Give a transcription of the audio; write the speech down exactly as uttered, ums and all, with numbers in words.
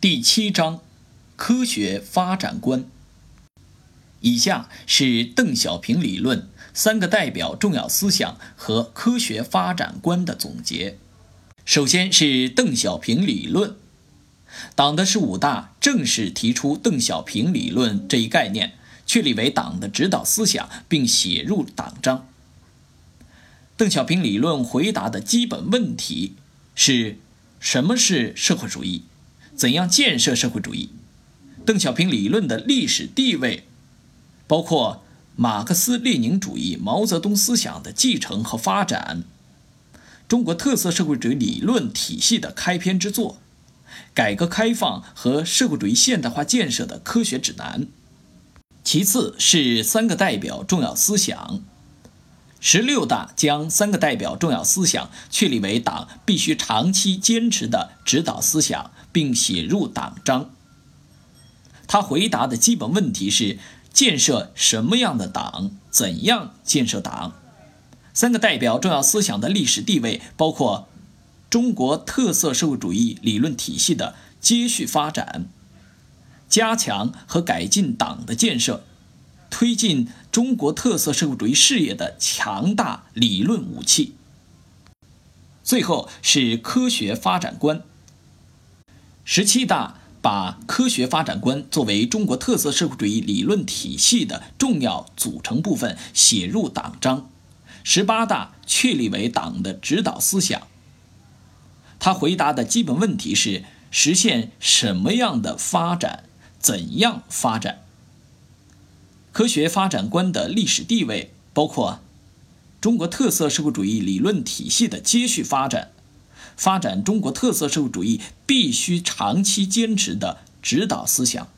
第七章，科学发展观。以下是邓小平理论、三个代表重要思想和科学发展观的总结。首先是邓小平理论。党的十五大正式提出邓小平理论这一概念，确立为党的指导思想，并写入党章。邓小平理论回答的基本问题是：什么是社会主义？怎样建设社会主义？邓小平理论的历史地位，包括马克思列宁主义、毛泽东思想的继承和发展，中国特色社会主义理论体系的开篇之作，改革开放和社会主义现代化建设的科学指南。其次是三个代表重要思想。十六大将三个代表重要思想确立为党必须长期坚持的指导思想，并写入党章。他回答的基本问题是：建设什么样的党？怎样建设党？三个代表重要思想的历史地位包括中国特色社会主义理论体系的接续发展，加强和改进党的建设，推进中国特色社会主义事业的强大理论武器。最后是科学发展观。十七大把科学发展观作为中国特色社会主义理论体系的重要组成部分写入党章。十八大确立为党的指导思想。他回答的基本问题是：实现什么样的发展？怎样发展？科学发展观的历史地位包括中国特色社会主义理论体系的接续发展，发展中国特色社会主义必须长期坚持的指导思想。